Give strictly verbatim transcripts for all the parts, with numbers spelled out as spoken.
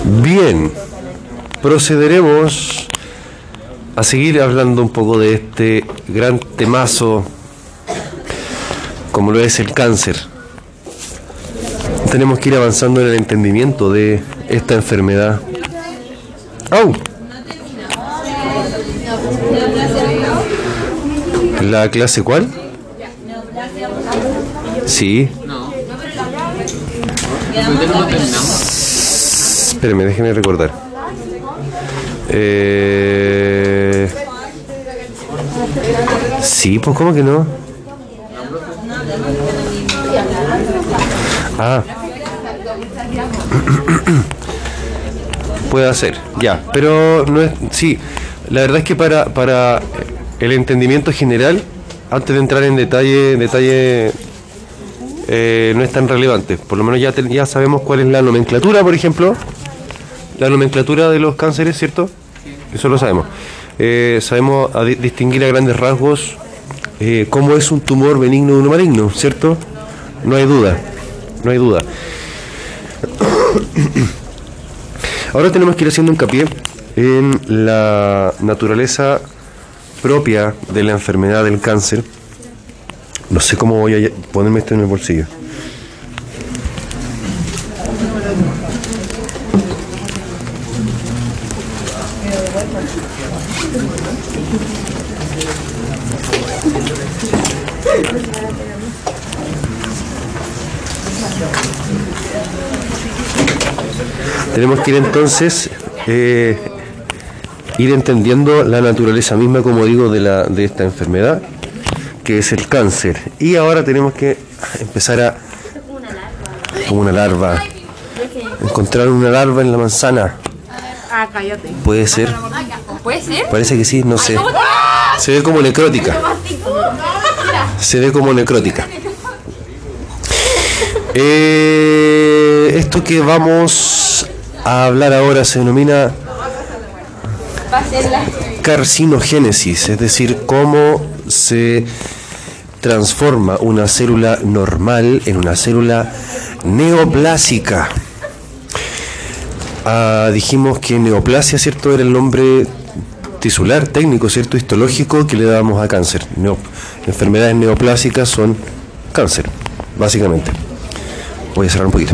Bien, procederemos a seguir hablando un poco de este gran temazo como lo es el cáncer. Tenemos que ir avanzando en el entendimiento de esta enfermedad. ¡Au! ¿La clase cuál? Sí. Espérame, déjeme recordar. Eh... Sí, pues ¿cómo que no? Ah. Puede ser, ya, pero no es, sí, la verdad es que para, para el entendimiento general, antes de entrar en detalle, detalle eh, no es tan relevante. Por lo menos ya, te, ya sabemos cuál es la nomenclatura, por ejemplo, la nomenclatura de los cánceres, ¿cierto? Eso lo sabemos. Eh, sabemos a di- distinguir a grandes rasgos eh, cómo es un tumor benigno de uno maligno, ¿cierto? No hay duda, no hay duda. Ahora tenemos que ir haciendo hincapié en la naturaleza propia de la enfermedad del cáncer. No sé cómo voy a ponerme esto en el bolsillo. Tenemos que ir entonces eh, ir entendiendo la naturaleza misma, como digo, de la de esta enfermedad, que es el cáncer. Y ahora tenemos que empezar a, como una larva, encontrar una larva en la manzana. Ah, cállate. Puede ser. ¿Puede ser? Parece que sí, no sé. Se ve como necrótica. Se ve como necrótica. Eh, esto que vamos a hablar ahora se denomina carcinogénesis, es decir, cómo se transforma una célula normal en una célula neoplásica. Ah, dijimos que neoplasia, ¿cierto?, era el nombre tisular, técnico, ¿cierto?, histológico que le dábamos a cáncer. Neo, enfermedades neoplásicas son cáncer, básicamente. Voy a cerrar un poquito.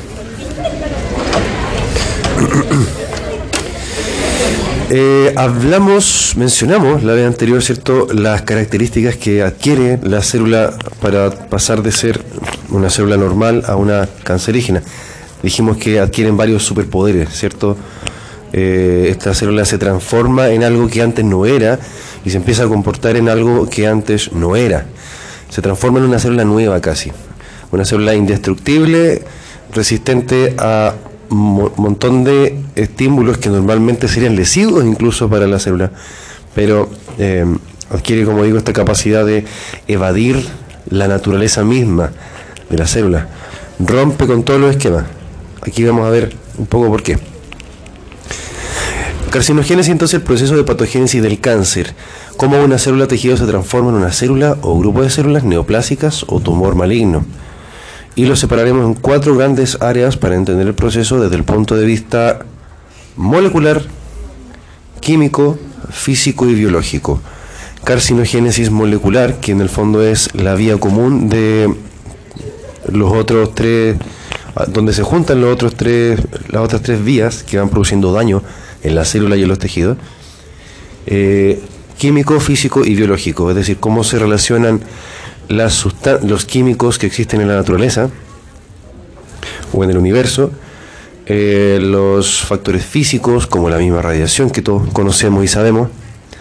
Eh, hablamos, mencionamos la vez anterior, ¿cierto?, las características que adquiere la célula para pasar de ser una célula normal a una cancerígena. Dijimos que adquieren varios superpoderes, ¿cierto? Eh, esta célula se transforma en algo que antes no era y se empieza a comportar en algo que antes no era. Se transforma en una célula nueva casi, una célula indestructible, resistente a un montón de estímulos que normalmente serían lesivos incluso para la célula, pero eh, adquiere, como digo, esta capacidad de evadir la naturaleza misma de la célula, rompe con todos los esquemas. Aquí vamos a ver un poco por qué. Carcinogénesis, entonces, el proceso de patogénesis del cáncer, cómo una célula tejido se transforma en una célula o grupo de células neoplásicas o tumor maligno. Y lo separaremos en cuatro grandes áreas para entender el proceso desde el punto de vista molecular, químico, físico y biológico. Carcinogénesis molecular, que en el fondo es la vía común de los otros tres, donde se juntan los otros tres, las otras tres vías que van produciendo daño en la célula y en los tejidos. Eh, químico, físico y biológico, es decir, cómo se relacionan Las sustan- los químicos que existen en la naturaleza o en el universo, eh, los factores físicos como la misma radiación que todos conocemos y sabemos,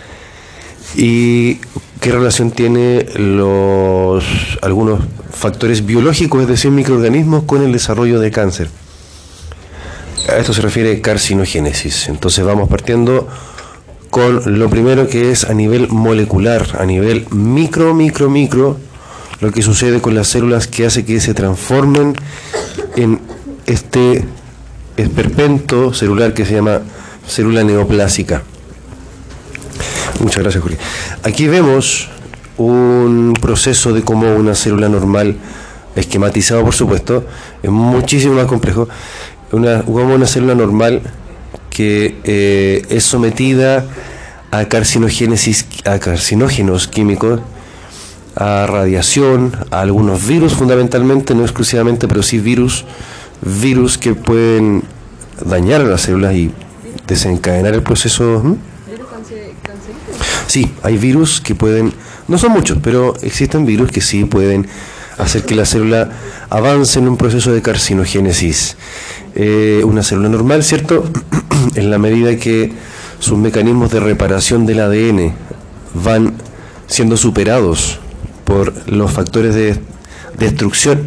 y qué relación tiene los algunos factores biológicos, es decir, microorganismos, con el desarrollo de cáncer. A esto se refiere carcinogénesis. Entonces vamos partiendo con lo primero, que es a nivel molecular, a nivel micro, micro, micro, lo que sucede con las células que hace que se transformen en este esperpento celular que se llama célula neoplásica. Muchas gracias, Jorge. Aquí vemos un proceso de cómo una célula normal, esquematizado por supuesto, es muchísimo más complejo, una, como una célula normal que eh, es sometida a carcinogénesis, a carcinógenos químicos, a radiación, a algunos virus fundamentalmente, no exclusivamente, pero sí virus, virus que pueden dañar a las células y desencadenar el proceso. ¿Mm? Sí, hay virus que pueden, no son muchos, pero existen virus que sí pueden hacer que la célula avance en un proceso de carcinogénesis. Eh, una célula normal, ¿cierto? En la medida que sus mecanismos de reparación del A D N van siendo superados por los factores de destrucción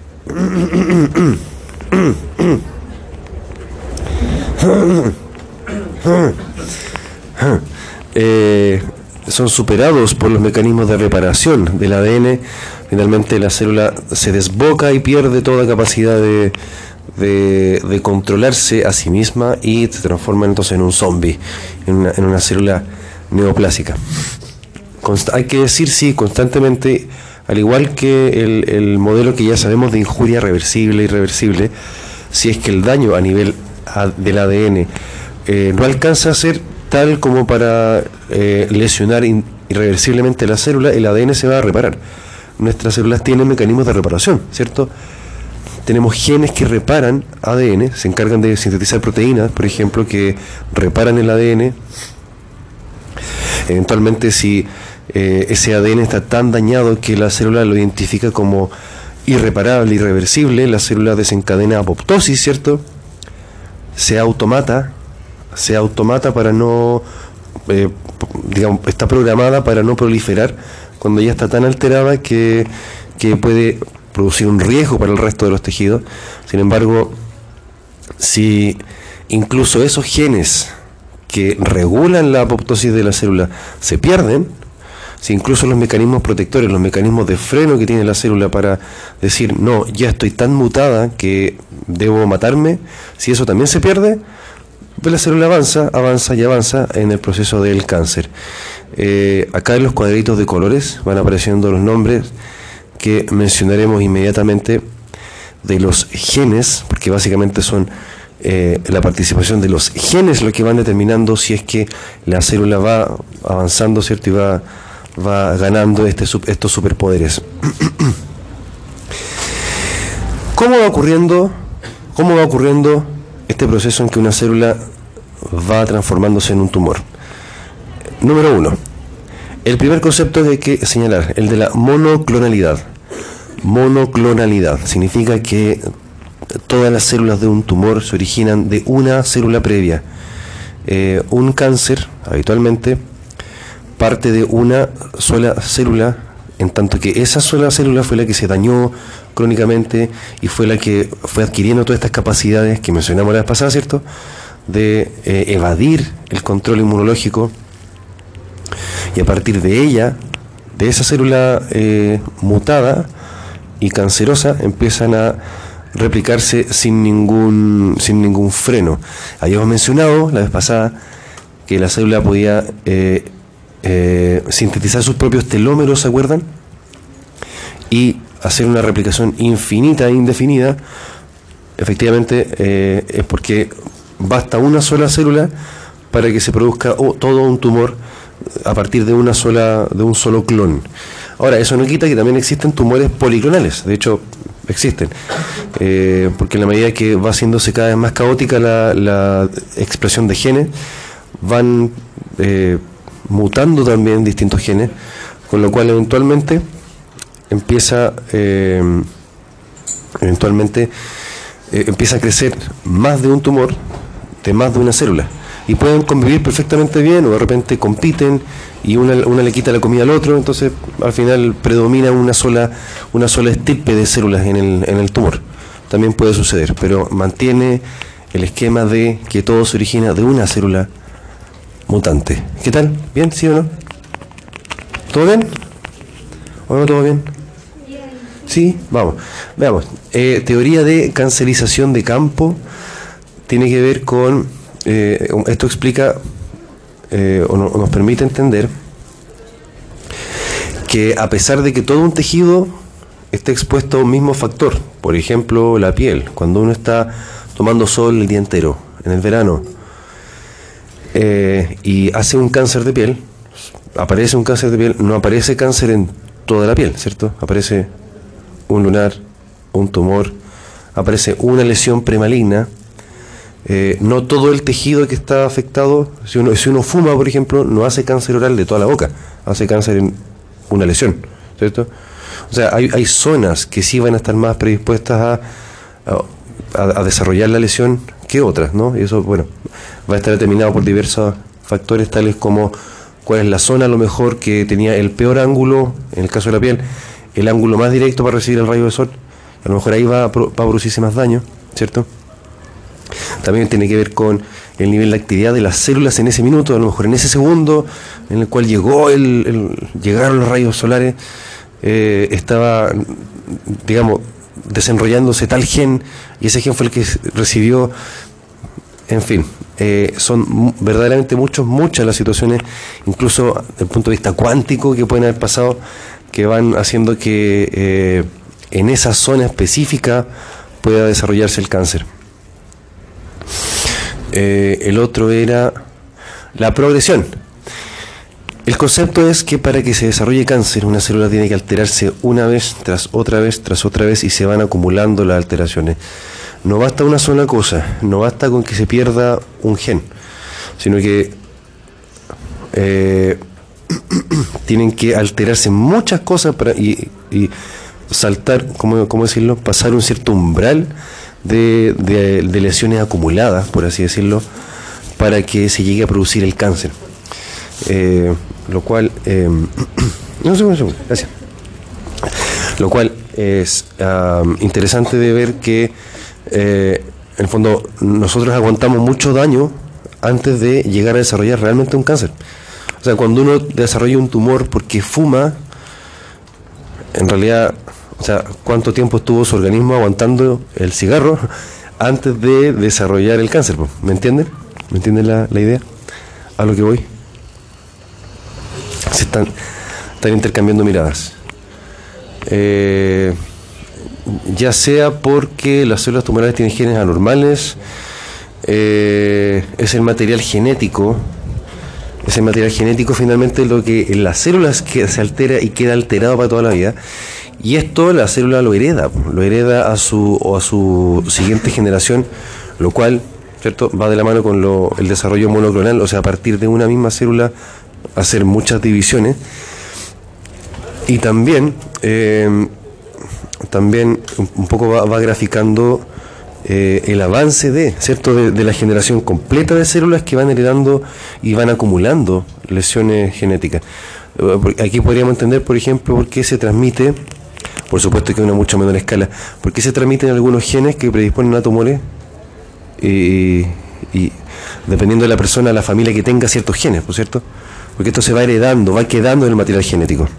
eh, son superados por los mecanismos de reparación del A D N, finalmente la célula se desboca y pierde toda capacidad de, de, de controlarse a sí misma y se transforma entonces en un zombie, en una, en una célula neoplásica. Const- hay que decir, sí, constantemente, al igual que el, el modelo que ya sabemos de injuria reversible e irreversible, si es que el daño a nivel a, del A D N eh, no alcanza a ser tal como para eh, lesionar in, irreversiblemente la célula, el A D N se va a reparar. Nuestras células tienen mecanismos de reparación, ¿cierto? Tenemos genes que reparan A D N, se encargan de sintetizar proteínas, por ejemplo, que reparan el A D N. Eventualmente, si eh, ese A D N está tan dañado que la célula lo identifica como irreparable, irreversible, la célula desencadena apoptosis, ¿cierto? Se automata, se automata para no, eh, digamos, está programada para no proliferar cuando ya está tan alterada que, que puede producir un riesgo para el resto de los tejidos. Sin embargo, si incluso esos genes que regulan la apoptosis de la célula se pierden, si incluso los mecanismos protectores, los mecanismos de freno que tiene la célula para decir, no, ya estoy tan mutada que debo matarme, si eso también se pierde, pues la célula avanza, avanza y avanza en el proceso del cáncer. Eh, acá en los cuadritos de colores van apareciendo los nombres que mencionaremos inmediatamente de los genes, porque básicamente son eh, la participación de los genes lo que van determinando si es que la célula va avanzando, ¿cierto? Y va, va ganando este, estos superpoderes. ¿Cómo va ocurriendo, cómo va ocurriendo este proceso en que una célula va transformándose en un tumor? Número uno, el primer concepto que hay que señalar, el de la monoclonalidad. Monoclonalidad significa que todas las células de un tumor se originan de una célula previa. Eh, un cáncer, habitualmente, parte de una sola célula, en tanto que esa sola célula fue la que se dañó crónicamente y fue la que fue adquiriendo todas estas capacidades que mencionamos la vez pasada, ¿cierto?, de eh, evadir el control inmunológico, y a partir de ella, de esa célula eh, mutada y cancerosa, empiezan a replicarse sin ningún sin ningún freno. Habíamos mencionado la vez pasada que la célula podía eh, eh, sintetizar sus propios telómeros, ¿se acuerdan? Y hacer una replicación infinita e indefinida. Efectivamente, eh, es porque basta una sola célula para que se produzca oh, todo un tumor a partir de una sola de un solo clon. Ahora, eso no quita que también existen tumores policlonales. De hecho, existen, eh, porque en la medida que va haciéndose cada vez más caótica la, la expresión de genes, van eh, mutando también distintos genes, con lo cual eventualmente empieza eh, eventualmente eh, empieza a crecer más de un tumor de más de una célula, y pueden convivir perfectamente bien, o de repente compiten y una, una le quita la comida al otro, entonces al final predomina una sola una sola estirpe de células en el, en el tumor. También puede suceder, pero mantiene el esquema de que todo se origina de una célula mutante. ¿Qué tal? ¿Bien? ¿Sí o no? ¿Todo bien? ¿O no todo bien? Sí, vamos. Veamos. Eh, teoría de cancerización de campo tiene que ver con... Eh, esto explica eh, o, no, o nos permite entender que a pesar de que todo un tejido esté expuesto a un mismo factor, por ejemplo la piel, cuando uno está tomando sol el día entero, en el verano, eh, y hace un cáncer de piel, aparece un cáncer de piel, no aparece cáncer en toda la piel, ¿cierto? Aparece un lunar, un tumor, aparece una lesión premaligna. Eh, no todo el tejido que está afectado, si uno, si uno fuma, por ejemplo, no hace cáncer oral de toda la boca, hace cáncer en una lesión, ¿cierto? O sea, hay, hay zonas que sí van a estar más predispuestas a, a, a desarrollar la lesión que otras, ¿no? Y eso, bueno, va a estar determinado por diversos factores, tales como cuál es la zona a lo mejor que tenía el peor ángulo, en el caso de la piel, el ángulo más directo para recibir el rayo del sol. A lo mejor ahí va a, va a producirse más daño, ¿cierto? También tiene que ver con el nivel de actividad de las células en ese minuto, a lo mejor en ese segundo en el cual llegó el, el llegaron los rayos solares, eh, estaba, digamos, desenrollándose tal gen, y ese gen fue el que recibió, en fin, eh, son verdaderamente muchos, muchas las situaciones, incluso desde el punto de vista cuántico, que pueden haber pasado, que van haciendo que eh, en esa zona específica pueda desarrollarse el cáncer. Eh, el otro era la progresión. El concepto es que para que se desarrolle cáncer, una célula tiene que alterarse una vez, tras otra vez, tras otra vez, y se van acumulando las alteraciones. No basta una sola cosa, no basta con que se pierda un gen, sino que eh, tienen que alterarse muchas cosas para, y, y saltar, ¿cómo, cómo decirlo? Pasar un cierto umbral De, de, de lesiones acumuladas, por así decirlo, para que se llegue a producir el cáncer. Eh, lo cual, eh, no sé, no sé, gracias. Lo cual es uh, interesante de ver que, eh, en el fondo, nosotros aguantamos mucho daño antes de llegar a desarrollar realmente un cáncer. O sea, cuando uno desarrolla un tumor porque fuma, en realidad, o sea, ¿cuánto tiempo estuvo su organismo aguantando el cigarro antes de desarrollar el cáncer? ¿Me entienden? ¿Me entienden la, la idea? A lo que voy. Se están, están intercambiando miradas. Eh, ya sea porque las células tumorales tienen genes anormales, eh, es el material genético, es el material genético finalmente lo que en las células que se altera y queda alterado para toda la vida. Y esto la célula lo hereda, lo hereda a su o a su siguiente generación, lo cual, ¿cierto?, va de la mano con lo, el desarrollo monoclonal, o sea, a partir de una misma célula hacer muchas divisiones. Y también, eh, también un poco va, va graficando eh, el avance de, ¿cierto?, de, de la generación completa de células que van heredando y van acumulando lesiones genéticas. Aquí podríamos entender, por ejemplo, por qué se transmite. Por supuesto que a una mucho menor escala. ¿Por qué se transmiten algunos genes que predisponen a tumores? Y, y dependiendo de la persona, la familia que tenga ciertos genes, ¿por cierto? Porque esto se va heredando, va quedando en el material genético.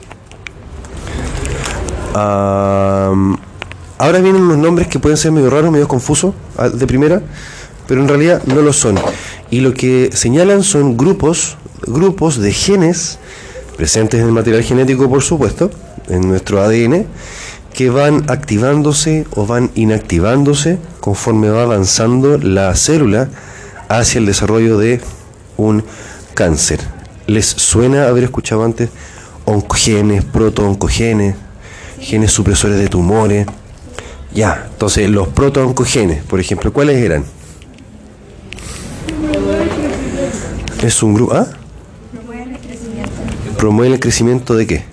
Um, ahora vienen unos nombres que pueden ser medio raros, medio confusos de primera, pero en realidad no lo son. Y lo que señalan son grupos, grupos de genes presentes en el material genético, por supuesto, en nuestro A D N, que van activándose o van inactivándose conforme va avanzando la célula hacia el desarrollo de un cáncer. ¿Les suena haber escuchado antes oncogenes, protooncogenes, genes supresores de tumores? Ya, entonces los protooncogenes, por ejemplo, ¿cuáles eran? Es un grupo, ¿ah? ¿Promueven el crecimiento de qué?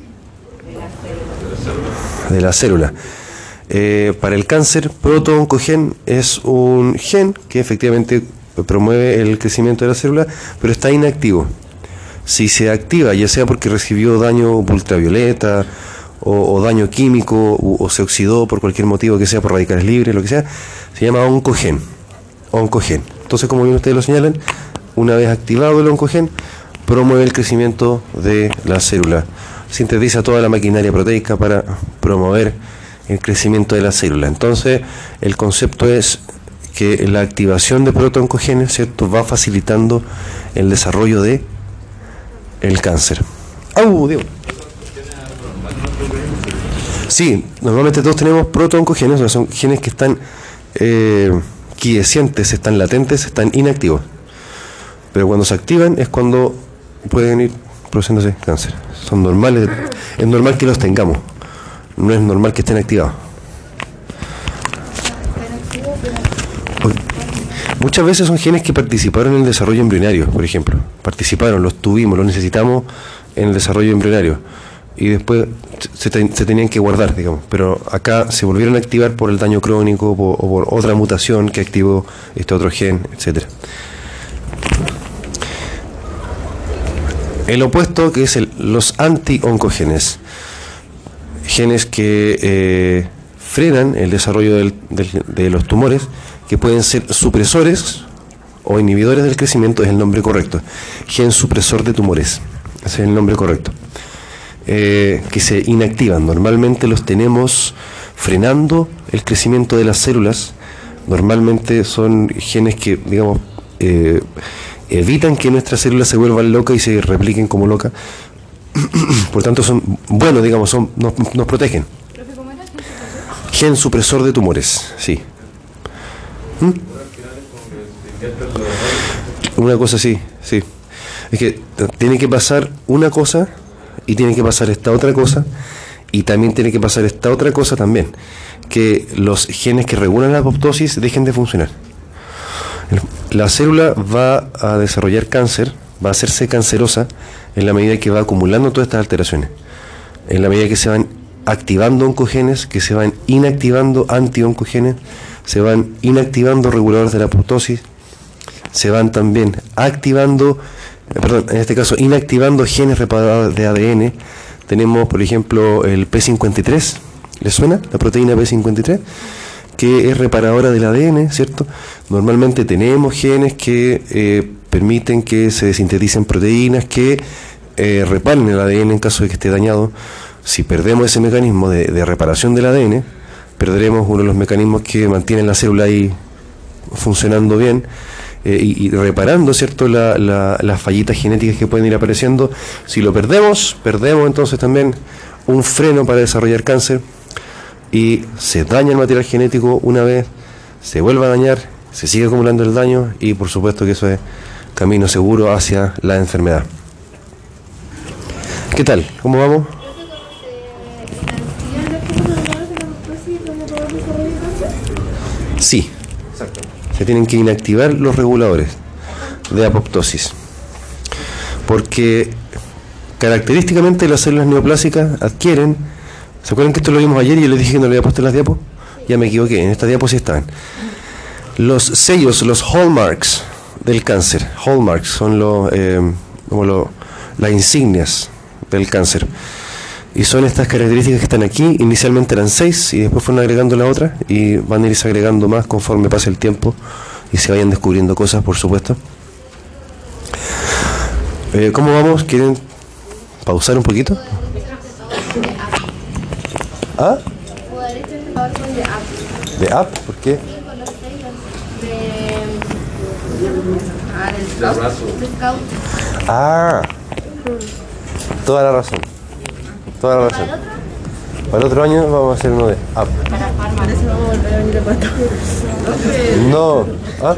De la célula. Eh, para el cáncer, protooncogen es un gen que efectivamente promueve el crecimiento de la célula, pero está inactivo. Si se activa, ya sea porque recibió daño ultravioleta o, o daño químico o, o se oxidó por cualquier motivo, que sea por radicales libres, lo que sea, se llama oncogen. Oncogen. Entonces, como bien ustedes lo señalan, una vez activado el oncogen, promueve el crecimiento de la célula. Sintetiza toda la maquinaria proteica para promover el crecimiento de la célula. Entonces, el concepto es que la activación de protooncogenes, ¿cierto?, va facilitando el desarrollo de el cáncer. ¡Au, Dios! Sí, normalmente todos tenemos protooncogenes, o sea, son genes que están eh, quiescentes, están latentes, están inactivos. Pero cuando se activan es cuando pueden ir produciéndose cáncer. Son normales, es normal que los tengamos, no es normal que estén activados. Muchas veces son genes que participaron en el desarrollo embrionario, por ejemplo. Participaron, los tuvimos, los necesitamos en el desarrollo embrionario. Y después se, te, se tenían que guardar, digamos. Pero acá se volvieron a activar por el daño crónico por, o por otra mutación que activó este otro gen, etcétera. El opuesto, que es el, los anti-oncogenes. Genes que eh, frenan el desarrollo del, del, de los tumores, que pueden ser supresores o inhibidores del crecimiento, es el nombre correcto. Gen supresor de tumores, ese es el nombre correcto. Eh, que se inactivan, normalmente los tenemos frenando el crecimiento de las células. Normalmente son genes que, digamos, eh, evitan que nuestras células se vuelvan locas y se repliquen como locas. Por tanto son buenos, digamos, son, nos, nos protegen. Gen supresor de tumores, sí. ¿Mm? Una cosa así, sí. Es que tiene que pasar una cosa y tiene que pasar esta otra cosa y también tiene que pasar esta otra cosa también, que los genes que regulan la apoptosis dejen de funcionar. La célula va a desarrollar cáncer, va a hacerse cancerosa en la medida que va acumulando todas estas alteraciones, en la medida que se van activando oncogenes, que se van inactivando anti-oncogenes, se van inactivando reguladores de la apoptosis, se van también activando, perdón, en este caso inactivando genes reparadores de A D N. Tenemos, por ejemplo, el P cincuenta y tres, ¿les suena? La proteína P cincuenta y tres, que es reparadora del A D N, ¿cierto? Normalmente tenemos genes que eh, permiten que se sinteticen proteínas que eh, reparen el A D N en caso de que esté dañado. Si perdemos ese mecanismo de, de reparación del A D N, perderemos uno de los mecanismos que mantienen la célula ahí funcionando bien eh, y, y reparando, ¿cierto?, la, la, las fallitas genéticas que pueden ir apareciendo. Si lo perdemos, perdemos entonces también un freno para desarrollar cáncer y se daña el material genético una vez, se vuelve a dañar, se sigue acumulando el daño y por supuesto que eso es camino seguro hacia la enfermedad. ¿Qué tal? ¿Cómo vamos? Sí, exacto. Se tienen que inactivar los reguladores de apoptosis, porque característicamente las células neoplásicas adquieren, ¿se acuerdan que esto lo vimos ayer y yo les dije que no le había puesto en las diapos? Ya me equivoqué, en esta diapo sí estaban. Los sellos, los hallmarks del cáncer, hallmarks son los, eh, como lo, las insignias del cáncer. Y son estas características que están aquí. Inicialmente eran seis y después fueron agregando la otra y van a irse agregando más conforme pase el tiempo y se vayan descubriendo cosas, por supuesto. Eh, ¿Cómo vamos? ¿Quieren pausar un poquito? ¿Ah? ¿De app? ¿Por qué? Ah, toda la razón. Toda la razón. Para el otro año vamos a hacer uno de app. Parece vamos a volver a venir a Pato. No. ¿Ah?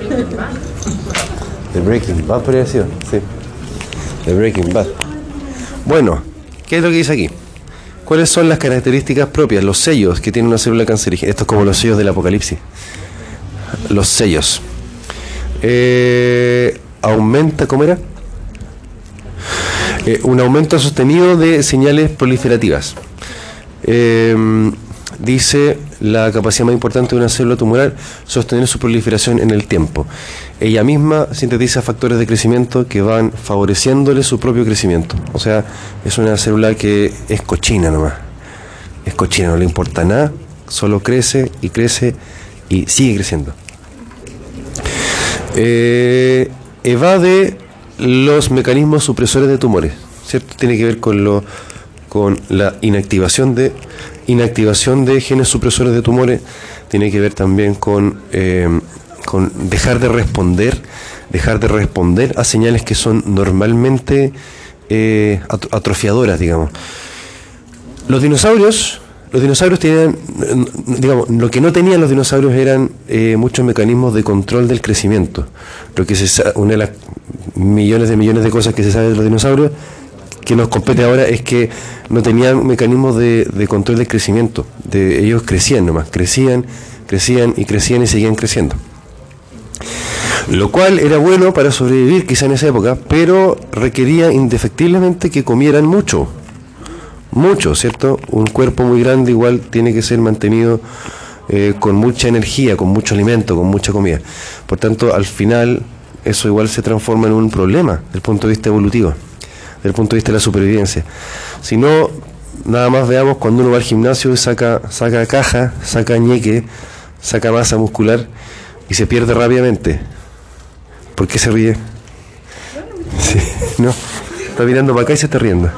The Breaking Bad podría decir, sí. The Breaking Bad. Bueno, ¿qué es lo que dice aquí? ¿Cuáles son las características propias, los sellos que tiene una célula cancerígena? Esto es como los sellos del apocalipsis. Los sellos. Eh, aumenta, ¿cómo era? Eh, un aumento sostenido de señales proliferativas. Eh, dice la capacidad más importante de una célula tumoral, sostener su proliferación en el tiempo. Ella misma sintetiza factores de crecimiento que van favoreciéndole su propio crecimiento. O sea, es una célula que es cochina nomás. Es cochina, no le importa nada, solo crece y crece y sigue creciendo. Eh, evade los mecanismos supresores de tumores, ¿cierto? Tiene que ver con lo con la inactivación de inactivación de genes supresores de tumores, tiene que ver también con eh, con dejar de responder dejar de responder a señales que son normalmente eh, atrofiadoras, digamos. Los dinosaurios Los dinosaurios tenían, digamos, lo que no tenían los dinosaurios eran eh, muchos mecanismos de control del crecimiento. Lo que se sabe, una de las millones de millones de cosas que se sabe de los dinosaurios que nos compete ahora es que no tenían mecanismos de, de control del crecimiento. De, ellos crecían nomás, crecían, crecían y crecían y seguían creciendo. Lo cual era bueno para sobrevivir quizá en esa época, pero requería indefectiblemente que comieran mucho. Mucho, ¿cierto? Un cuerpo muy grande igual tiene que ser mantenido eh, con mucha energía, con mucho alimento, con mucha comida. Por tanto, al final, eso igual se transforma en un problema desde el punto de vista evolutivo, desde el punto de vista de la supervivencia. Si no, nada más veamos cuando uno va al gimnasio y saca, saca caja, saca ñeque, saca masa muscular y se pierde rápidamente. ¿Por qué se ríe? Sí, no, está mirando para acá y se está riendo.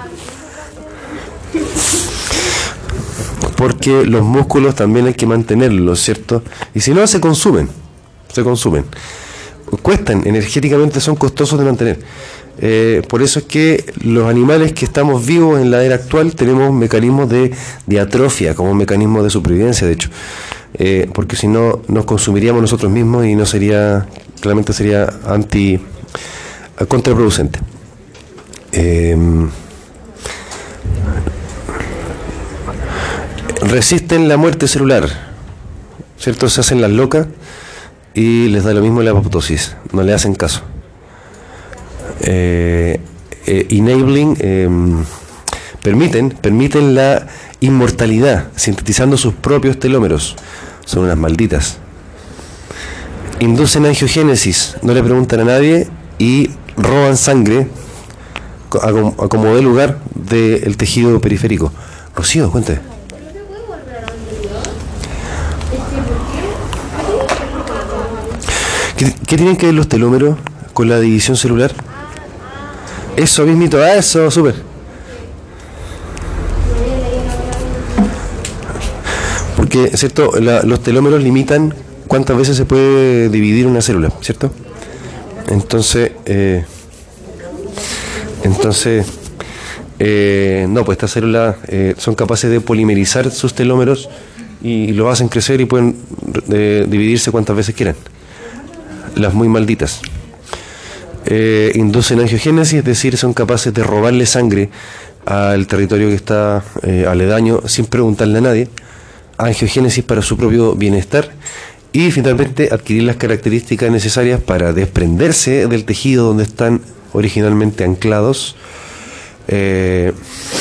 Porque los músculos también hay que mantenerlos, ¿cierto? Y si no, se consumen, se consumen. Cuestan, energéticamente son costosos de mantener. Eh, por eso es que los animales que estamos vivos en la era actual tenemos mecanismos de, de atrofia, como un mecanismo de supervivencia, de hecho. Eh, porque si no, nos consumiríamos nosotros mismos y no sería, claramente sería anti, contraproducente. Eh, resisten la muerte celular, ¿cierto? Se hacen las locas y les da lo mismo la apoptosis, no le hacen caso. Eh, eh, enabling, eh, permiten, permiten la inmortalidad, sintetizando sus propios telómeros. Son unas malditas. Inducen angiogénesis, no le preguntan a nadie y roban sangre a, a como dé lugar del tejido periférico. Rocío, cuéntame. ¿Qué, ¿Qué tienen que ver los telómeros con la división celular? Eso mismito, ah, eso, súper. Porque, ¿cierto? La, los telómeros limitan cuántas veces se puede dividir una célula, ¿cierto? Entonces, eh, entonces, eh, no, pues estas células eh, son capaces de polimerizar sus telómeros y los hacen crecer y pueden eh, dividirse cuantas veces quieran. Las muy malditas. Eh, inducen angiogénesis, es decir, son capaces de robarle sangre al territorio que está eh, aledaño sin preguntarle a nadie. Angiogénesis para su propio bienestar y finalmente adquirir las características necesarias para desprenderse del tejido donde están originalmente anclados. Eh,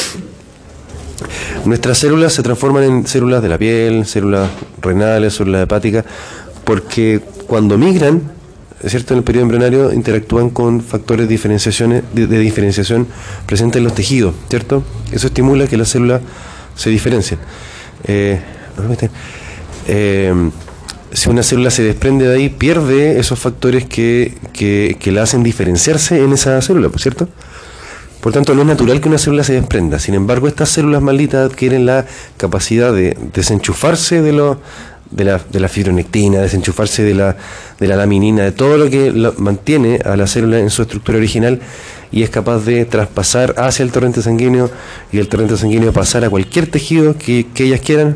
nuestras células se transforman en células de la piel, células renales, células hepáticas, porque cuando migran, ¿cierto? En el periodo embrionario interactúan con factores de diferenciación, de, de diferenciación presentes en los tejidos, ¿cierto? Eso estimula que las células se diferencien. Eh, eh, si una célula se desprende de ahí, pierde esos factores que, que, que la hacen diferenciarse en esa célula, ¿cierto? Por tanto, no es natural que una célula se desprenda. Sin embargo, estas células malditas adquieren la capacidad de desenchufarse de los de la, de la fibronectina, desenchufarse de la, de la laminina, de todo lo que lo mantiene a la célula en su estructura original y es capaz de traspasar hacia el torrente sanguíneo y el torrente sanguíneo pasar a cualquier tejido que, que ellas quieran.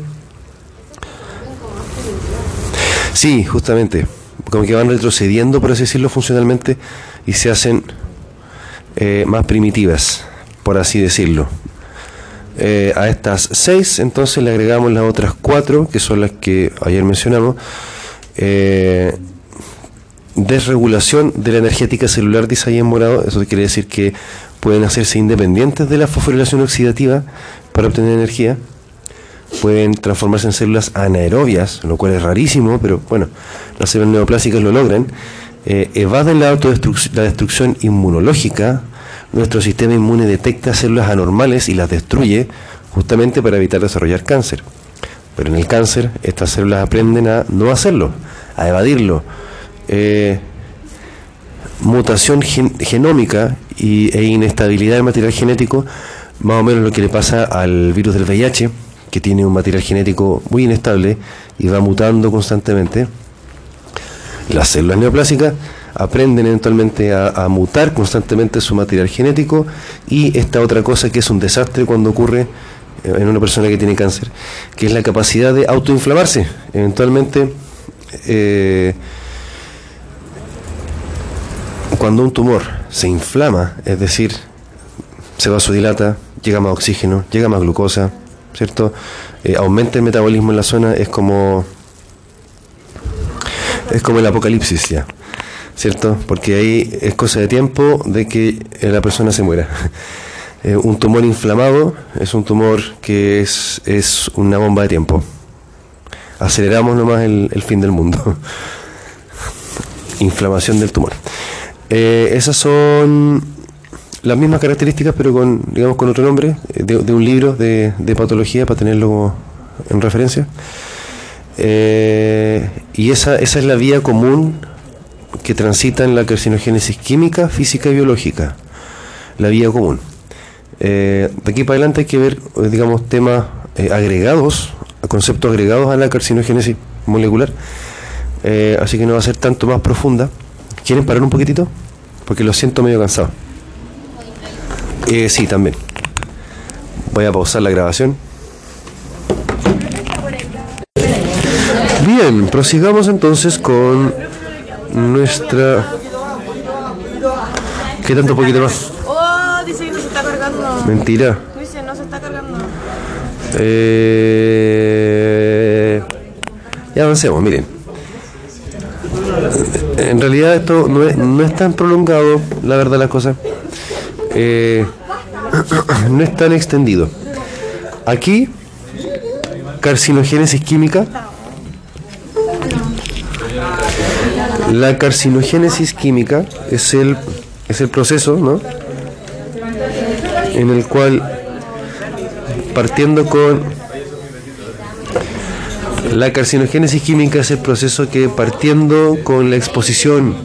Sí, justamente, como que van retrocediendo, por así decirlo, funcionalmente y se hacen eh, más primitivas, por así decirlo. Eh, a estas seis, entonces le agregamos las otras cuatro, que son las que ayer mencionamos. Eh, desregulación de la energética celular, dice ahí en morado. Eso quiere decir que pueden hacerse independientes de la fosforilación oxidativa para obtener energía. Pueden transformarse en células anaerobias, lo cual es rarísimo, pero bueno, las células neoplásicas lo logran. Eh, evaden la autodestrucción, la destrucción inmunológica. Nuestro sistema inmune detecta células anormales y las destruye justamente para evitar desarrollar cáncer. Pero en el cáncer, estas células aprenden a no hacerlo, a evadirlo. Eh, mutación gen genómica y, e inestabilidad del material genético, más o menos lo que le pasa al virus del V I H, que tiene un material genético muy inestable y va mutando constantemente. Las células neoplásicas aprenden eventualmente a, a mutar constantemente su material genético y esta otra cosa que es un desastre cuando ocurre en una persona que tiene cáncer, que es la capacidad de autoinflamarse. Eventualmente, eh, cuando un tumor se inflama, es decir, se vasodilata, llega más oxígeno, llega más glucosa, ¿cierto? Eh, aumenta el metabolismo en la zona, es como es como el apocalipsis ya, ¿cierto? Porque ahí es cosa de tiempo de que la persona se muera. Eh, un tumor inflamado es un tumor que es, es una bomba de tiempo. Aceleramos nomás el, el fin del mundo. Inflamación del tumor. Eh, esas son las mismas características, pero con, digamos, con otro nombre, de, de un libro de, de patología para tenerlo en referencia. Eh, y esa, esa es la vía común que transita en la carcinogénesis química, física y biológica. La vía común. Eh, de aquí para adelante hay que ver, digamos, temas eh, agregados, conceptos agregados a la carcinogénesis molecular. Eh, así que no va a ser tanto más profunda. ¿Quieren parar un poquitito? Porque lo siento medio cansado. Eh, sí, también. Voy a pausar la grabación. Bien, prosigamos entonces con nuestra... ¿Qué tanto poquito más? Oh, dice que no se está cargando. Mentira. Dice, no se está cargando. Eh... Ya avancemos, miren. En realidad esto no es, no es tan prolongado, la verdad las cosas. Eh, no es tan extendido. Aquí, carcinogénesis química. La carcinogénesis química es el, es el proceso, ¿no?, en el cual, partiendo con la carcinogénesis química es el proceso que, partiendo con la exposición,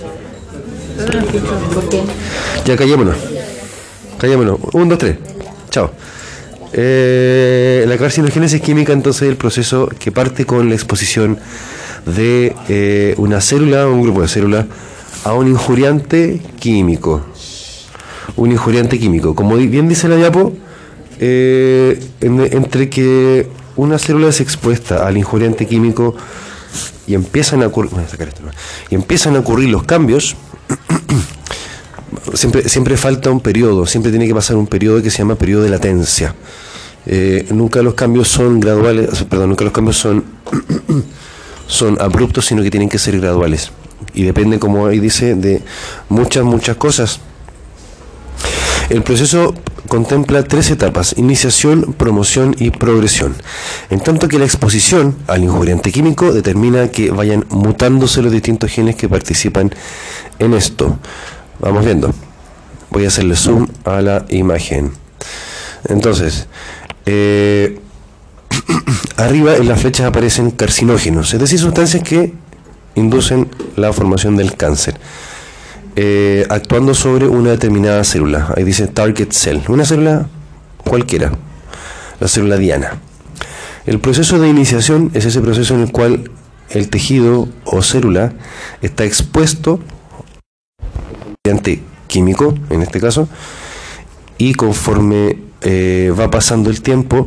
ya callémonos, callémonos, un, dos, tres, chao. Eh, la carcinogénesis química entonces es el proceso que parte con la exposición de eh, una célula o un grupo de células a un injuriante químico. Un injuriante químico. Como bien dice la diapo, eh, en, entre que una célula es expuesta al injuriante químico y empiezan a ocurrir, voy a sacar esto, ¿no? y empiezan a ocurrir los cambios, siempre, siempre falta un periodo, siempre tiene que pasar un periodo que se llama periodo de latencia. Eh, nunca los cambios son graduales, perdón, nunca los cambios son son abruptos, sino que tienen que ser graduales. Y depende, como ahí dice, de muchas, muchas cosas. El proceso contempla tres etapas: iniciación, promoción y progresión. En tanto que la exposición al injuriante químico determina que vayan mutándose los distintos genes que participan en esto. Vamos viendo. Voy a hacerle zoom a la imagen. Entonces, eh, arriba en las flechas aparecen carcinógenos, es decir, sustancias que inducen la formación del cáncer, eh, actuando sobre una determinada célula. Ahí dice target cell, una célula cualquiera, la célula diana. El proceso de iniciación es ese proceso en el cual el tejido o célula está expuesto mediante químico, en este caso, y conforme eh, va pasando el tiempo,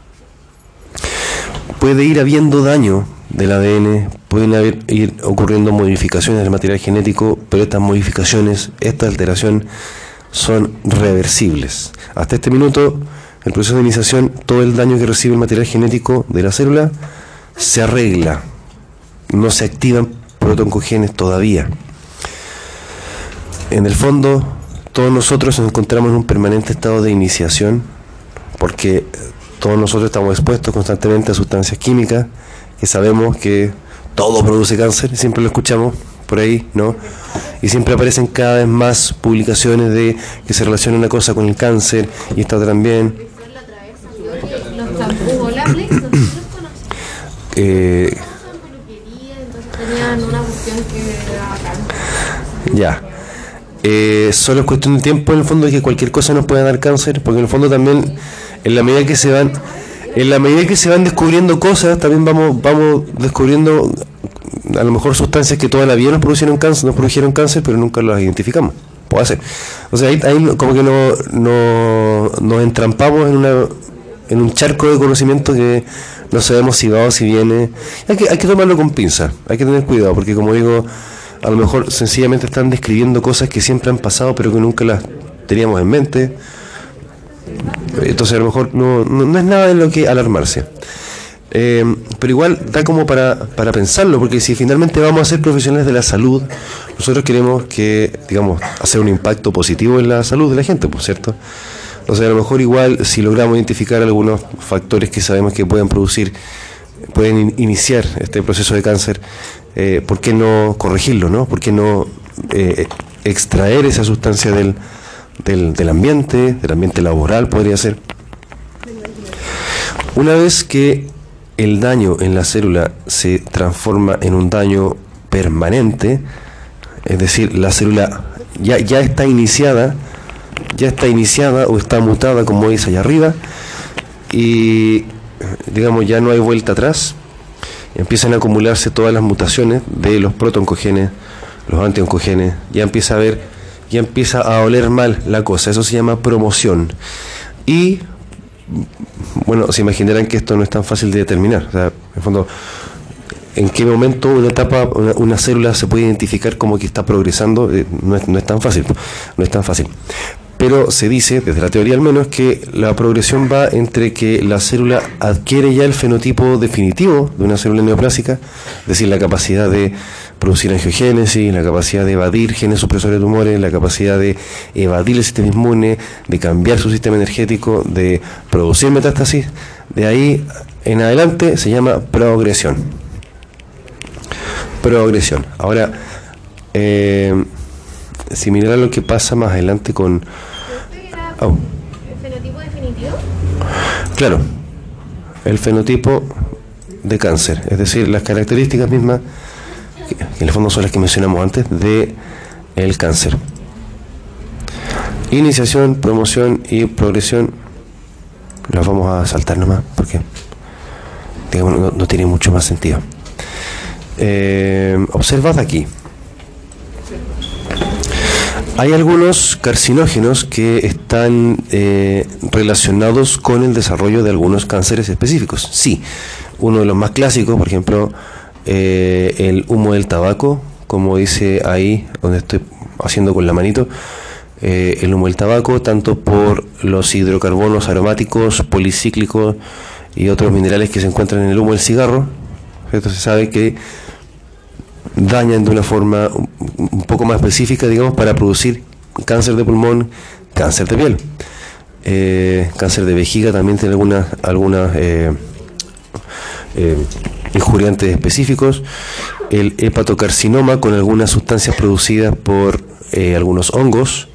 puede ir habiendo daño del A D N, pueden haber, ir ocurriendo modificaciones del material genético, pero estas modificaciones, esta alteración, son reversibles. Hasta este minuto, el proceso de iniciación, todo el daño que recibe el material genético de la célula se arregla, no se activan protooncogenes todavía. En el fondo, todos nosotros nos encontramos en un permanente estado de iniciación, porque todos nosotros estamos expuestos constantemente a sustancias químicas, que sabemos que todo produce cáncer, siempre lo escuchamos por ahí, ¿no? Y siempre aparecen cada vez más publicaciones de que se relaciona una cosa con el cáncer y esta otra también. Los champús volables, nosotros conocemos. Eh, Tenían una cuestión que era bacán. ya. Eh, solo es cuestión de tiempo, en el fondo, de que cualquier cosa nos pueda dar cáncer, porque en el fondo también, en la medida que se van, en la medida que se van descubriendo cosas, también vamos, vamos descubriendo a lo mejor sustancias que toda la vida nos produjeron cáncer, nos produjeron cáncer, pero nunca las identificamos. Puede ser. O sea, ahí, ahí como que no, no, nos entrampamos en una, en un charco de conocimiento que no sabemos si va o si viene. Hay que, hay que tomarlo con pinza, hay que tener cuidado, porque como digo, a lo mejor sencillamente están describiendo cosas que siempre han pasado, pero que nunca las teníamos en mente. Entonces a lo mejor no, no, no es nada de lo que alarmarse. Eh, pero igual da como para, para pensarlo, porque si finalmente vamos a ser profesionales de la salud, nosotros queremos que, digamos, hacer un impacto positivo en la salud de la gente, por cierto. Entonces a lo mejor igual si logramos identificar algunos factores que sabemos que pueden producir, pueden in- iniciar este proceso de cáncer, eh, ¿por qué no corregirlo, no? ¿Por qué no eh, extraer esa sustancia del, del, del ambiente, del ambiente laboral podría ser? Una vez que el daño en la célula se transforma en un daño permanente, es decir, la célula ya, ya está iniciada, ya está iniciada o está mutada, como dice allá arriba, y digamos ya no hay vuelta atrás, empiezan a acumularse todas las mutaciones de los protooncogenes, los antioncogenes, ya empieza a ver, ya empieza a oler mal la cosa, eso se llama promoción. Y bueno, se imaginarán que esto no es tan fácil de determinar. O sea, en el fondo, ¿en qué momento una etapa, una, una célula se puede identificar como que está progresando? Eh, no, es, no es tan fácil, no es tan fácil. Pero se dice, desde la teoría al menos, que la progresión va entre que la célula adquiere ya el fenotipo definitivo de una célula neoplásica, es decir, la capacidad de producir angiogénesis, la capacidad de evadir genes supresores de tumores, la capacidad de evadir el sistema inmune, de cambiar su sistema energético, de producir metástasis. De ahí en adelante se llama progresión. Progresión. Ahora, eh, similar a lo que pasa más adelante con... Oh. ¿El fenotipo definitivo? Claro, el fenotipo de cáncer, es decir, las características mismas, que en el fondo son las que mencionamos antes, de el cáncer. Iniciación, promoción y progresión, las vamos a saltar nomás, porque digamos, no, no tiene mucho más sentido. Eh, observad aquí. Hay algunos carcinógenos que están eh, relacionados con el desarrollo de algunos cánceres específicos. Sí, uno de los más clásicos, por ejemplo, eh, el humo del tabaco, como dice ahí, donde estoy haciendo con la manito, eh, el humo del tabaco, tanto por los hidrocarbonos aromáticos, policíclicos y otros minerales que se encuentran en el humo del cigarro. Esto se sabe que dañan de una forma un poco más específica, digamos, para producir cáncer de pulmón, cáncer de piel, eh, cáncer de vejiga también tiene algunas algunas eh, eh, injuriantes específicos, el hepatocarcinoma con algunas sustancias producidas por eh, algunos hongos,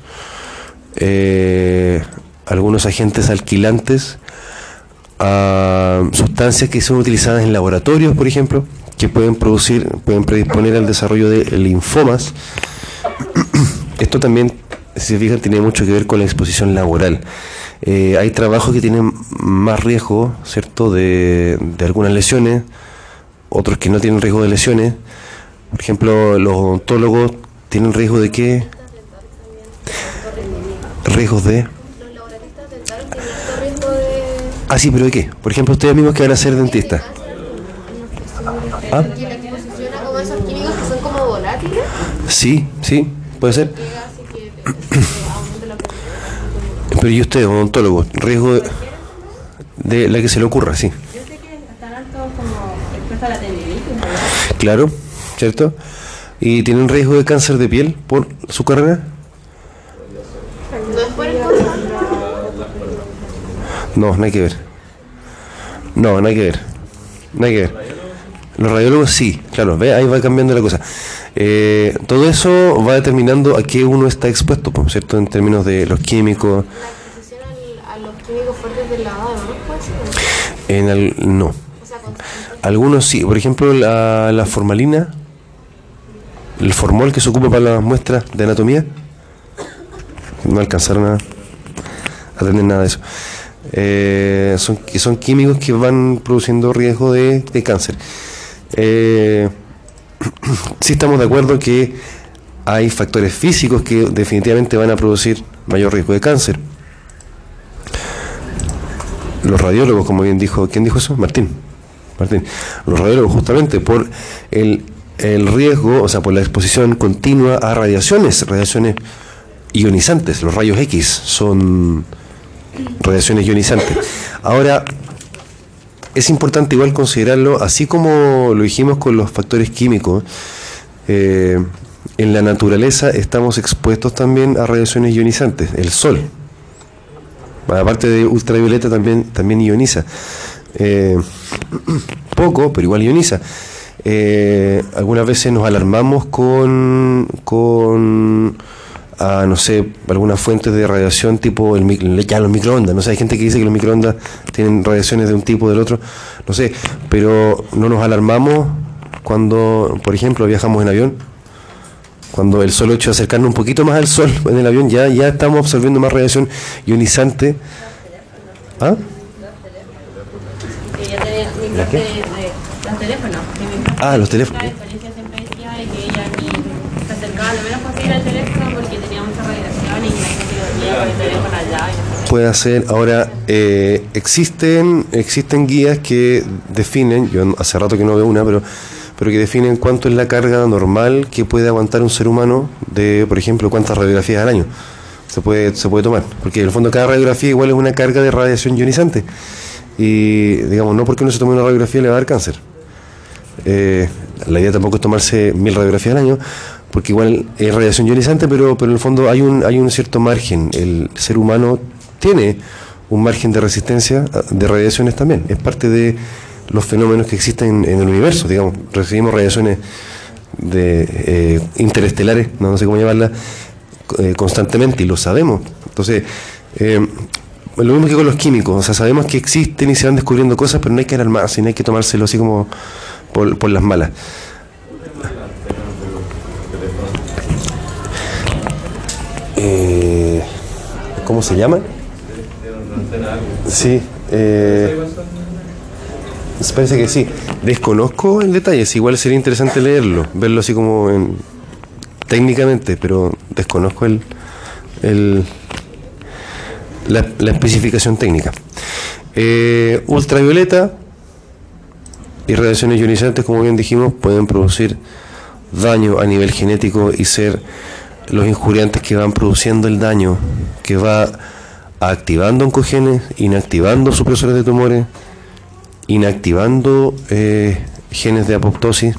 eh, algunos agentes alquilantes, a sustancias que son utilizadas en laboratorios, por ejemplo, que pueden producir, pueden predisponer al desarrollo de linfomas. Esto también, si se fijan, tiene mucho que ver con la exposición laboral. Eh, hay trabajos que tienen más riesgo, ¿cierto?, de, de algunas lesiones, otros que no tienen riesgo de lesiones. Por ejemplo, los odontólogos tienen riesgo de qué? Riesgos de... Los laboratistas dentales tienen alto riesgo de... Ah, sí, pero ¿de qué? Por ejemplo, ustedes mismos que van a ser dentistas. ¿Ah? Que la exposición a como esos químicos que son como volátiles, Sí, sí, puede ser. que hace que te, te aumente la presión. Pero ¿y usted, odontólogo? Riesgo de, de la que se le ocurra, sí. Yo sé que están altos como expuestos a la tendinitis, ¿no? Claro, ¿cierto? ¿Y tienen riesgo de cáncer de piel por su carrera? ¿No es por el cáncer? No, no hay que ver. No, no hay que ver. No hay que ver. Los radiólogos sí, claro, ve, ahí va cambiando la cosa. Eh, todo eso va determinando a qué uno está expuesto, ¿cierto? En términos de los químicos. La exposición al- a los químicos fuertes del lavado, ¿no? Puede ser. En el, no. O sea, constante. Algunos sí, por ejemplo, la, la formalina, el formol que se ocupa para las muestras de anatomía, no alcanzaron a, a tener nada de eso. Eh, son, que son químicos que van produciendo riesgo de, de cáncer. Eh, sí estamos de acuerdo que hay factores físicos que definitivamente van a producir mayor riesgo de cáncer. los radiólogos, como bien dijo, ¿quién dijo eso? Martín. Martín. Los radiólogos, justamente por el, el riesgo, o sea, por la exposición continua a radiaciones, radiaciones ionizantes. Los rayos X son radiaciones ionizantes. Ahora, es importante igual considerarlo, así como lo dijimos con los factores químicos, eh, en la naturaleza estamos expuestos también a radiaciones ionizantes. El sol, aparte de ultravioleta, también, también ioniza. Eh, poco, pero igual ioniza. Eh, algunas veces nos alarmamos con, con a, no sé, algunas fuentes de radiación tipo el, ya los microondas. No sé, hay gente que dice que los microondas tienen radiaciones de un tipo o del otro, no sé, pero no nos alarmamos cuando, por ejemplo, viajamos en avión. Cuando el solo hecho de acercarnos un poquito más al sol en el avión, ya, ya estamos absorbiendo más radiación ionizante. ¿Ah? Que ella tenía micros de, de los teléfonos. Ah, los teléfonos. La experiencia siempre decía de que ella ni se acercaba lo menos posible al teléfono porque tenía mucha radiación y la gente que dormía con el teléfono allá. Y no sé. Puede ser. Ahora, eh, existen, existen guías que definen, yo hace rato que no veo una, pero, pero que definen cuánto es la carga normal que puede aguantar un ser humano de, por ejemplo, cuántas radiografías al año se puede, se puede tomar. Porque en el fondo cada radiografía igual es una carga de radiación ionizante. Y, digamos, no porque uno se tome una radiografía le va a dar cáncer. Eh, la idea tampoco es tomarse mil radiografías al año, porque igual es radiación ionizante, pero, pero en el fondo hay un, hay un cierto margen. El ser humano tiene un margen de resistencia de radiaciones también. Es parte de los fenómenos que existen en el universo. Digamos, recibimos radiaciones de eh, interestelares, no, no sé cómo llamarlas, eh, constantemente, y lo sabemos. Entonces, eh, lo mismo que con los químicos, o sea, sabemos que existen y se van descubriendo cosas, pero no hay que alarmarse, no hay que tomárselo así como por, por las malas. Eh, ¿Cómo se llama? Sí, eh, parece que sí. Desconozco el detalle, es igual sería interesante leerlo, verlo así como en, técnicamente, pero desconozco el... el La, la especificación técnica. Eh, ultravioleta y radiaciones ionizantes, como bien dijimos, pueden producir daño a nivel genético y ser los injuriantes que van produciendo el daño, que va activando oncogenes, inactivando supresores de tumores, inactivando eh, genes de apoptosis.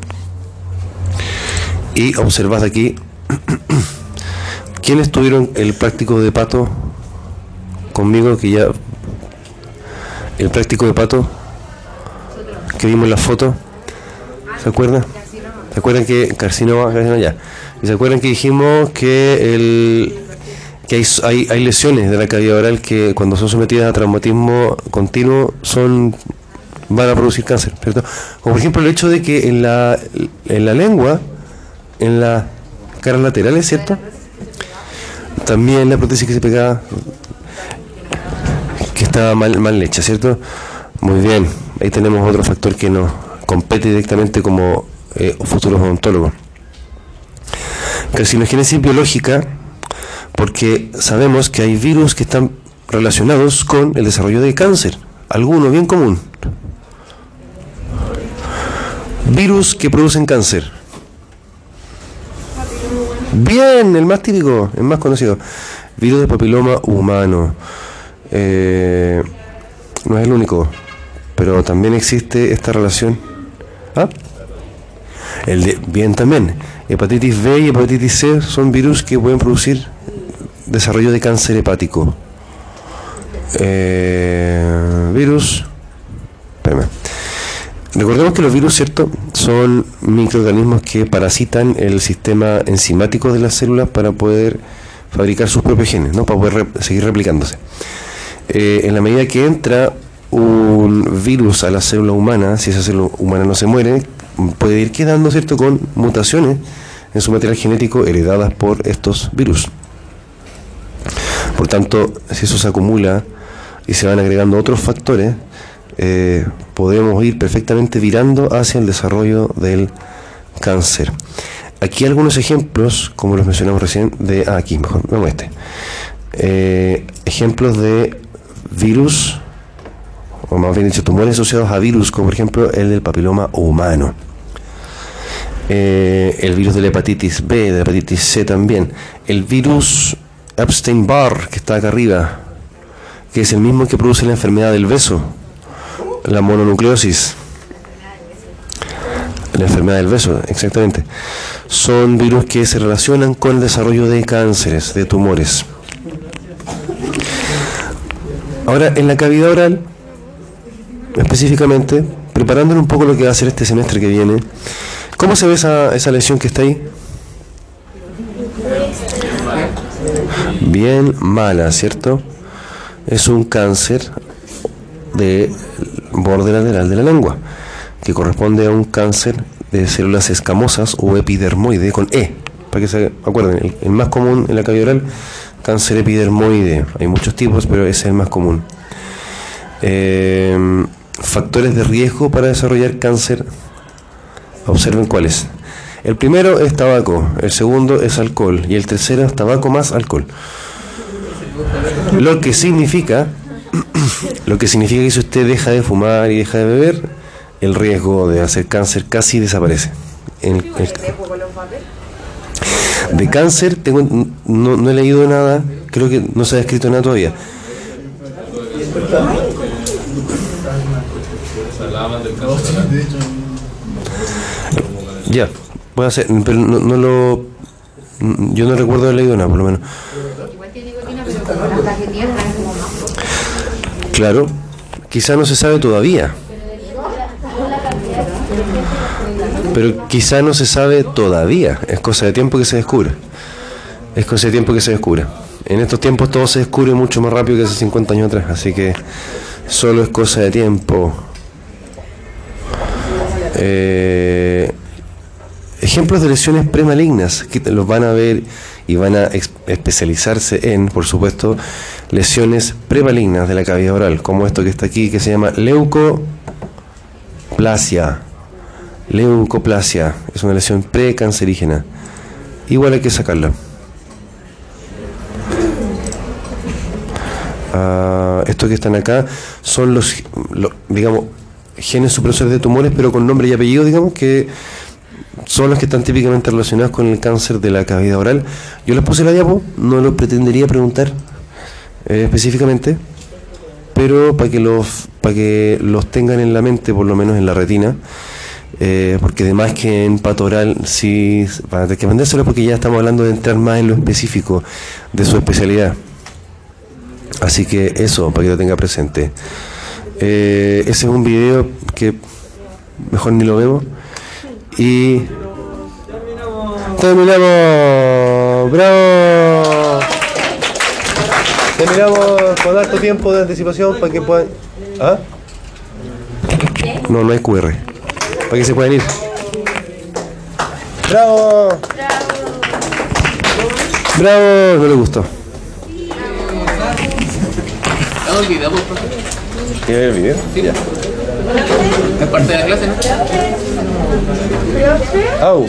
Y observad aquí, ¿quiénes tuvieron el práctico de pato conmigo? Que ya el práctico de pato que vimos en la foto, ¿se acuerdan? ¿Se acuerdan que carcinoma, carcinoma ya? ¿Y se acuerdan que dijimos que el que hay, hay, hay lesiones de la cavidad oral que cuando son sometidas a traumatismo continuo son van a producir cáncer, ¿cierto? Como por ejemplo el hecho de que en la en la lengua, en las caras laterales, ¿cierto? También la prótesis que se pegaba, que estaba mal, mal hecha, ¿cierto? Muy bien, ahí tenemos otro factor que nos compete directamente como eh, futuros odontólogos. Carcinogénesis biológica, porque sabemos que hay virus que están relacionados con el desarrollo del cáncer, alguno bien común. Virus que producen cáncer. Bien, el más típico, el más conocido. Virus de papiloma humano. Eh, no es el único, pero también existe esta relación. ¿Ah? El de, bien, también. Hepatitis B y hepatitis C son virus que pueden producir desarrollo de cáncer hepático. Eh, virus. Espérame. Recordemos que los virus, ¿cierto?, son microorganismos que parasitan el sistema enzimático de las células para poder fabricar sus propios genes, ¿no?, para poder re- seguir replicándose. Eh, en la medida que entra un virus a la célula humana, si esa célula humana no se muere, puede ir quedando, ¿cierto?, con mutaciones en su material genético heredadas por estos virus. Por tanto, si eso se acumula y se van agregando otros factores, eh, podemos ir perfectamente virando hacia el desarrollo del cáncer. Aquí algunos ejemplos, como los mencionamos recién, de ah, aquí, mejor, vamos a este. Eh, ejemplos de virus o más bien dicho, tumores asociados a virus, como por ejemplo el del papiloma humano. Eh, el virus de la hepatitis B, de la hepatitis C también. El virus Epstein-Barr, que está acá arriba, que es el mismo que produce la enfermedad del beso, la mononucleosis. La enfermedad del beso, exactamente. Son virus que se relacionan con el desarrollo de cánceres, de tumores. Ahora, en la cavidad oral, específicamente, preparándole un poco lo que va a hacer este semestre que viene, ¿cómo se ve esa, esa lesión que está ahí? Bien mala, ¿cierto? Es un cáncer de borde lateral de la lengua, que corresponde a un cáncer de células escamosas o epidermoide con E, para que se acuerden, el, el más común en la cavidad oral, cáncer epidermoide. Hay muchos tipos, pero ese es el más común. Eh, factores de riesgo para desarrollar cáncer, observen cuáles. El primero es tabaco, el segundo es alcohol y el tercero es tabaco más alcohol. Lo que significa, lo que significa que si usted deja de fumar y deja de beber, el riesgo de hacer cáncer casi desaparece. En el, el, de cáncer tengo, no, no he leído nada, creo que no se ha escrito nada todavía. Ya, voy a hacer, pero no, no lo, yo no recuerdo haber leído nada, por lo menos. Claro, quizá no se sabe todavía. Pero quizá no se sabe todavía. Es cosa de tiempo que se descubra. Es cosa de tiempo que se descubra. En estos tiempos todo se descubre mucho más rápido que hace cincuenta años atrás. Así que solo es cosa de tiempo. Eh, ejemplos de lesiones premalignas que los van a ver y van a especializarse en, por supuesto, lesiones premalignas de la cavidad oral, como esto que está aquí, que se llama leucoplasia. Leucoplasia es una lesión precancerígena. Igual hay que sacarla. Uh, estos que están acá son los, los, digamos, genes supresores de tumores, pero con nombre y apellido, digamos, que son los que están típicamente relacionados con el cáncer de la cavidad oral. Yo les puse la diapo, no lo pretendería preguntar eh, específicamente, pero para que los para que los tengan en la mente, por lo menos en la retina. Eh, porque además que en pato oral sí van a tener que aprendérselo, porque ya estamos hablando de entrar más en lo específico de su especialidad. Así que eso, para que lo tenga presente. Eh, ese es un video que mejor ni lo vemos. Y terminamos. ¡Bravo! Terminamos con alto tiempo de anticipación para que puedan... ¿Ah? No, no hay Q R. Para que se puedan ir. ¡Bravo! ¡Bravo! No le gustó. ¿Quiere ver el video? Sí. Ya. Es parte de la clase, ¿no? Au.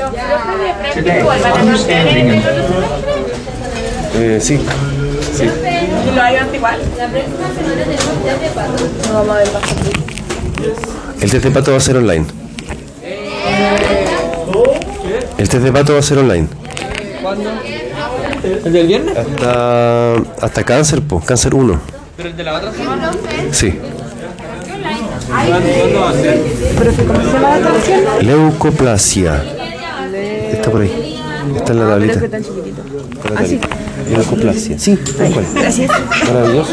Eh, sí. Sí. ¿Y lo hay igual? La próxima semana tenemos test de pato. No vamos a ver más. El test de pato va a ser online. El test de pato va a ser online. ¿Cuándo? ¿El del viernes? Hasta, hasta cáncer, po, cáncer uno. ¿Pero el de la otra semana? Sí. ¿Cuándo va a ser? ¿Cómo se llama la traducción? Leucoplasia. Está por ahí. Está en la tablita. Tan chiquitito. Está en la tablita. Leucoplasia. Sí, tal cual. Gracias. Maravilloso.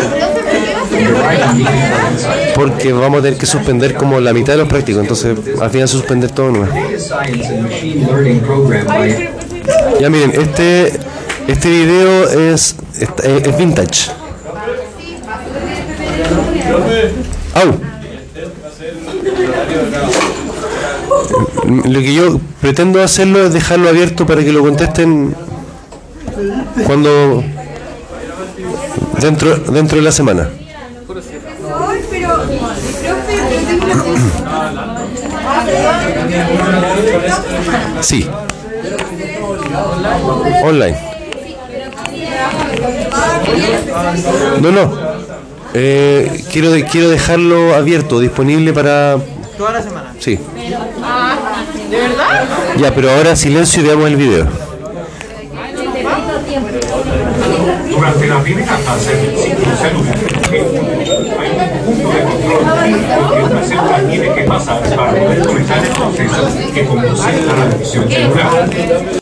Porque vamos a tener que suspender como la mitad de los prácticos, entonces al final suspender todo nuevo. Ya miren, este este video es, es, es vintage. ¡Au! Lo que yo pretendo hacerlo es dejarlo abierto para que lo contesten cuando dentro dentro de la semana. Sí. Online. No, no. Eh, quiero, de- quiero dejarlo abierto, disponible para... Toda la semana. Sí. Ah, ¿de verdad? Ya, pero ahora silencio y veamos el video. Durante la primera fase del ciclo celular, hay un punto de control que una célula tiene que pasar para poder comenzar el proceso que conduce a la división celular.